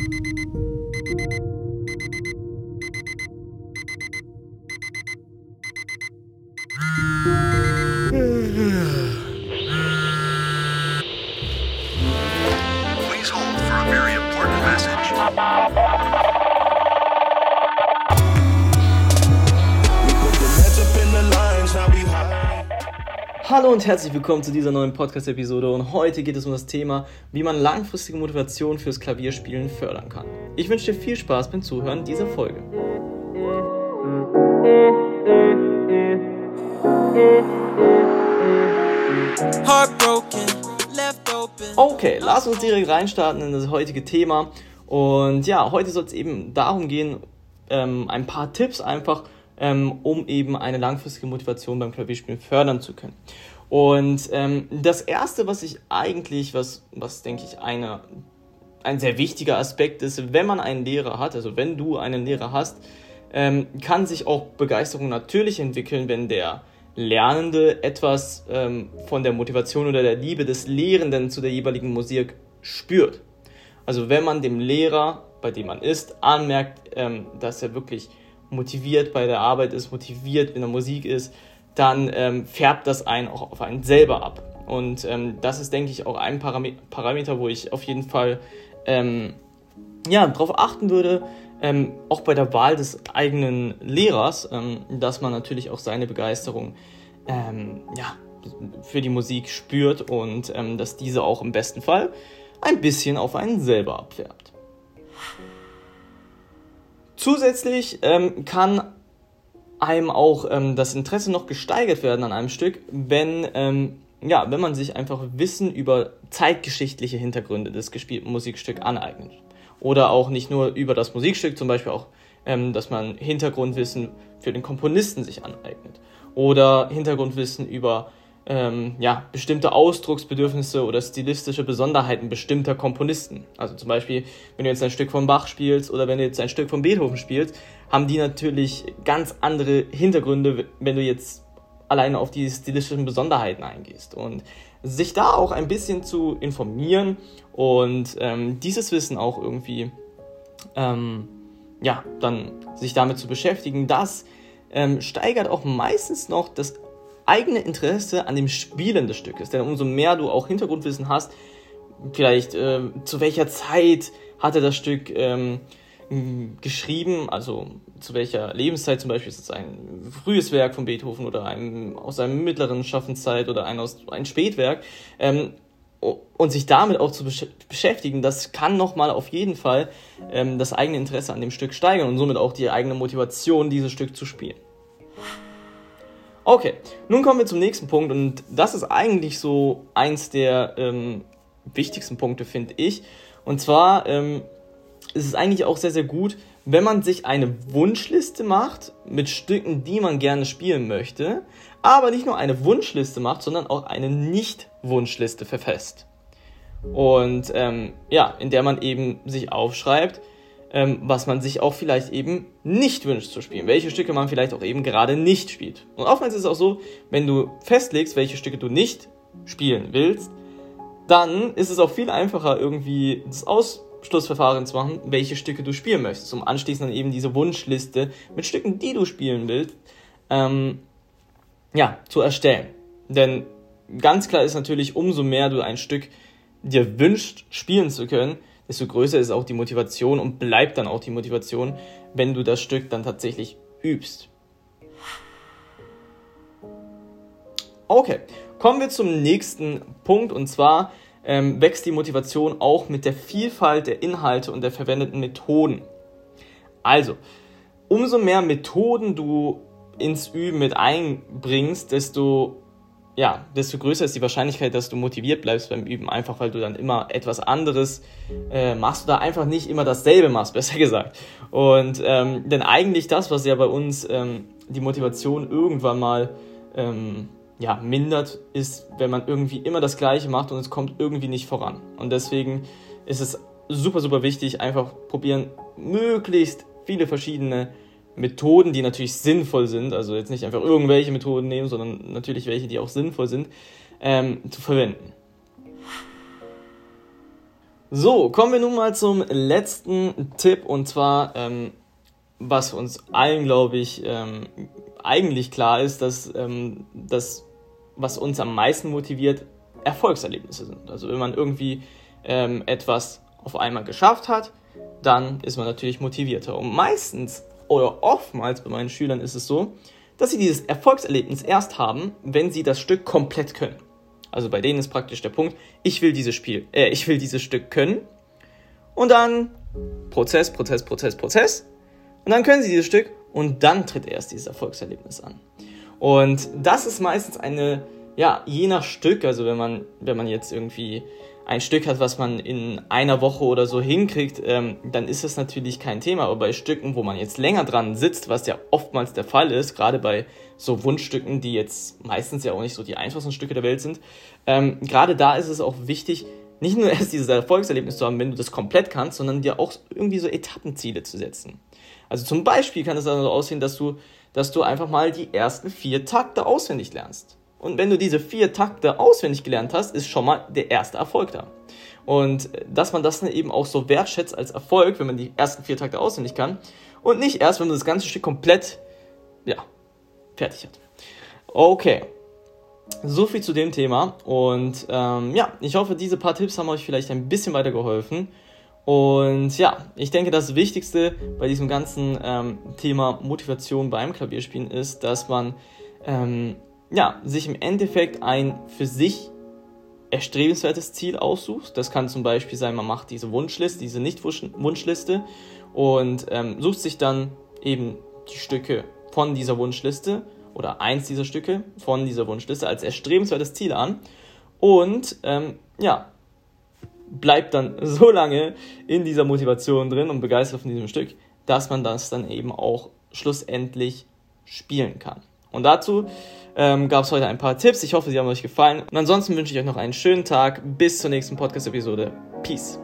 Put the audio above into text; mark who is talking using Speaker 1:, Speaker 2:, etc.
Speaker 1: Please hold for a very important message.
Speaker 2: Hallo und herzlich willkommen zu dieser neuen Podcast-Episode und heute geht es um das Thema, wie man langfristige Motivation fürs Klavierspielen fördern kann. Ich wünsche dir viel Spaß beim Zuhören dieser Folge. Okay, lass uns direkt reinstarten in das heutige Thema. Und ja, heute soll es eben darum gehen, ein paar Tipps einfach, um eben eine langfristige Motivation beim Klavierspielen fördern zu können. Und das Erste, was denke ich, ein sehr wichtiger Aspekt ist, wenn man einen Lehrer hat, also wenn du einen Lehrer hast, kann sich auch Begeisterung natürlich entwickeln, wenn der Lernende etwas von der Motivation oder der Liebe des Lehrenden zu der jeweiligen Musik spürt. Also wenn man dem Lehrer, bei dem man ist, anmerkt, dass er wirklich motiviert bei der Arbeit ist, motiviert in der Musik ist, dann färbt das einen auch auf einen selber ab. Und das ist, denke ich, auch ein Parameter, wo ich auf jeden Fall darauf achten würde, auch bei der Wahl des eigenen Lehrers, dass man natürlich auch seine Begeisterung für die Musik spürt und dass diese auch im besten Fall ein bisschen auf einen selber abfärbt. Zusätzlich kann einem auch das Interesse noch gesteigert werden an einem Stück, wenn man sich einfach Wissen über zeitgeschichtliche Hintergründe des gespielten Musikstücks aneignet. Oder auch nicht nur über das Musikstück, zum Beispiel auch, dass man Hintergrundwissen für den Komponisten sich aneignet. Oder Hintergrundwissen über bestimmte Ausdrucksbedürfnisse oder stilistische Besonderheiten bestimmter Komponisten. Also zum Beispiel, wenn du jetzt ein Stück von Bach spielst oder wenn du jetzt ein Stück von Beethoven spielst, haben die natürlich ganz andere Hintergründe, wenn du jetzt alleine auf die stilistischen Besonderheiten eingehst. Und sich da auch ein bisschen zu informieren und dieses Wissen auch irgendwie dann sich damit zu beschäftigen, das steigert auch meistens noch das eigene Interesse an dem Spielen des Stückes. Denn umso mehr du auch Hintergrundwissen hast, vielleicht zu welcher Zeit hatte das Stück geschrieben, also zu welcher Lebenszeit, zum Beispiel ist es ein frühes Werk von Beethoven oder aus seiner mittleren Schaffenszeit oder ein Spätwerk, und sich damit auch zu beschäftigen, das kann nochmal auf jeden Fall das eigene Interesse an dem Stück steigern und somit auch die eigene Motivation, dieses Stück zu spielen. Okay, nun kommen wir zum nächsten Punkt und das ist eigentlich so eins der wichtigsten Punkte, finde ich. Und zwar ist es eigentlich auch sehr, sehr gut, wenn man sich eine Wunschliste macht mit Stücken, die man gerne spielen möchte, aber nicht nur eine Wunschliste macht, sondern auch eine Nicht-Wunschliste verfasst. Und in der man eben sich aufschreibt, was man sich auch vielleicht eben nicht wünscht zu spielen, welche Stücke man vielleicht auch eben gerade nicht spielt. Und oftmals ist es auch so, wenn du festlegst, welche Stücke du nicht spielen willst, dann ist es auch viel einfacher, irgendwie das Ausschlussverfahren zu machen, welche Stücke du spielen möchtest, um anschließend dann eben diese Wunschliste mit Stücken, die du spielen willst, zu erstellen. Denn ganz klar ist natürlich, umso mehr du ein Stück dir wünscht, spielen zu können, desto größer ist auch die Motivation und bleibt dann auch die Motivation, wenn du das Stück dann tatsächlich übst. Okay, kommen wir zum nächsten Punkt und zwar wächst die Motivation auch mit der Vielfalt der Inhalte und der verwendeten Methoden. Also, umso mehr Methoden du ins Üben mit einbringst, desto größer ist die Wahrscheinlichkeit, dass du motiviert bleibst beim Üben, einfach weil du dann immer etwas anderes machst oder einfach nicht immer dasselbe machst, besser gesagt. Und denn eigentlich das, was ja bei uns die Motivation irgendwann mal mindert, ist, wenn man irgendwie immer das Gleiche macht und es kommt irgendwie nicht voran. Und deswegen ist es super, super wichtig, einfach probieren, möglichst viele verschiedene Methoden, die natürlich sinnvoll sind, also jetzt nicht einfach irgendwelche Methoden nehmen, sondern natürlich welche, die auch sinnvoll sind, zu verwenden. So, kommen wir nun mal zum letzten Tipp, und zwar, was uns allen, glaube ich, eigentlich klar ist, dass das, was uns am meisten motiviert, Erfolgserlebnisse sind. Also wenn man irgendwie etwas auf einmal geschafft hat, dann ist man natürlich motivierter. Und meistens oder oftmals bei meinen Schülern ist es so, dass sie dieses Erfolgserlebnis erst haben, wenn sie das Stück komplett können. Also bei denen ist praktisch der Punkt, ich will dieses Stück können, und dann Prozess. Und dann können sie dieses Stück und dann tritt erst dieses Erfolgserlebnis an. Und das ist meistens je nach Stück, also wenn man jetzt irgendwie ein Stück hat, was man in einer Woche oder so hinkriegt, dann ist das natürlich kein Thema. Aber bei Stücken, wo man jetzt länger dran sitzt, was ja oftmals der Fall ist, gerade bei so Wunschstücken, die jetzt meistens ja auch nicht so die einfachsten Stücke der Welt sind, gerade da ist es auch wichtig, nicht nur erst dieses Erfolgserlebnis zu haben, wenn du das komplett kannst, sondern dir auch irgendwie so Etappenziele zu setzen. Also zum Beispiel kann es dann so aussehen, dass du einfach mal die ersten 4 Takte auswendig lernst. Und wenn du diese 4 Takte auswendig gelernt hast, ist schon mal der erste Erfolg da. Und dass man das dann eben auch so wertschätzt als Erfolg, wenn man die ersten 4 Takte auswendig kann und nicht erst, wenn man das ganze Stück komplett, fertig hat. Okay, so viel zu dem Thema. Und ich hoffe, diese paar Tipps haben euch vielleicht ein bisschen weitergeholfen. Und ich denke, das Wichtigste bei diesem ganzen Thema Motivation beim Klavierspielen ist, dass man sich im Endeffekt ein für sich erstrebenswertes Ziel aussucht. Das kann zum Beispiel sein, man macht diese Wunschliste, diese Nicht-Wunschliste und sucht sich dann eben die Stücke von dieser Wunschliste oder eins dieser Stücke von dieser Wunschliste als erstrebenswertes Ziel an und bleibt dann so lange in dieser Motivation drin und begeistert von diesem Stück, dass man das dann eben auch schlussendlich spielen kann. Und dazu gab es heute ein paar Tipps. Ich hoffe, sie haben euch gefallen. Und ansonsten wünsche ich euch noch einen schönen Tag. Bis zur nächsten Podcast-Episode. Peace.